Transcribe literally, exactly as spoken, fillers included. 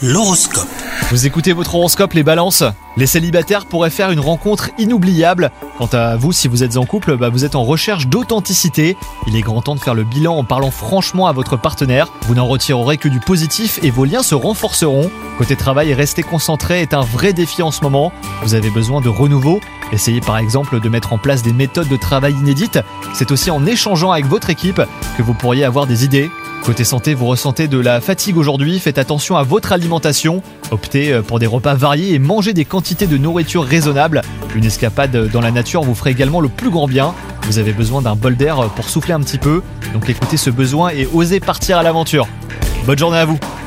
L'horoscope. Vous écoutez votre horoscope les balances? Les célibataires pourraient faire une rencontre inoubliable. Quant à vous, si vous êtes en couple, bah vous êtes en recherche d'authenticité. Il est grand temps de faire le bilan en parlant franchement à votre partenaire. Vous n'en retirerez que du positif et vos liens se renforceront. Côté travail, rester concentré est un vrai défi en ce moment. Vous avez besoin de renouveau. Essayez par exemple de mettre en place des méthodes de travail inédites. C'est aussi en échangeant avec votre équipe que vous pourriez avoir des idées. Côté santé, vous ressentez de la fatigue aujourd'hui, faites attention à votre alimentation. Optez pour des repas variés et mangez des quantités de nourriture raisonnables. Une escapade dans la nature vous ferait également le plus grand bien. Vous avez besoin d'un bol d'air pour souffler un petit peu. Donc écoutez ce besoin et osez partir à l'aventure. Bonne journée à vous!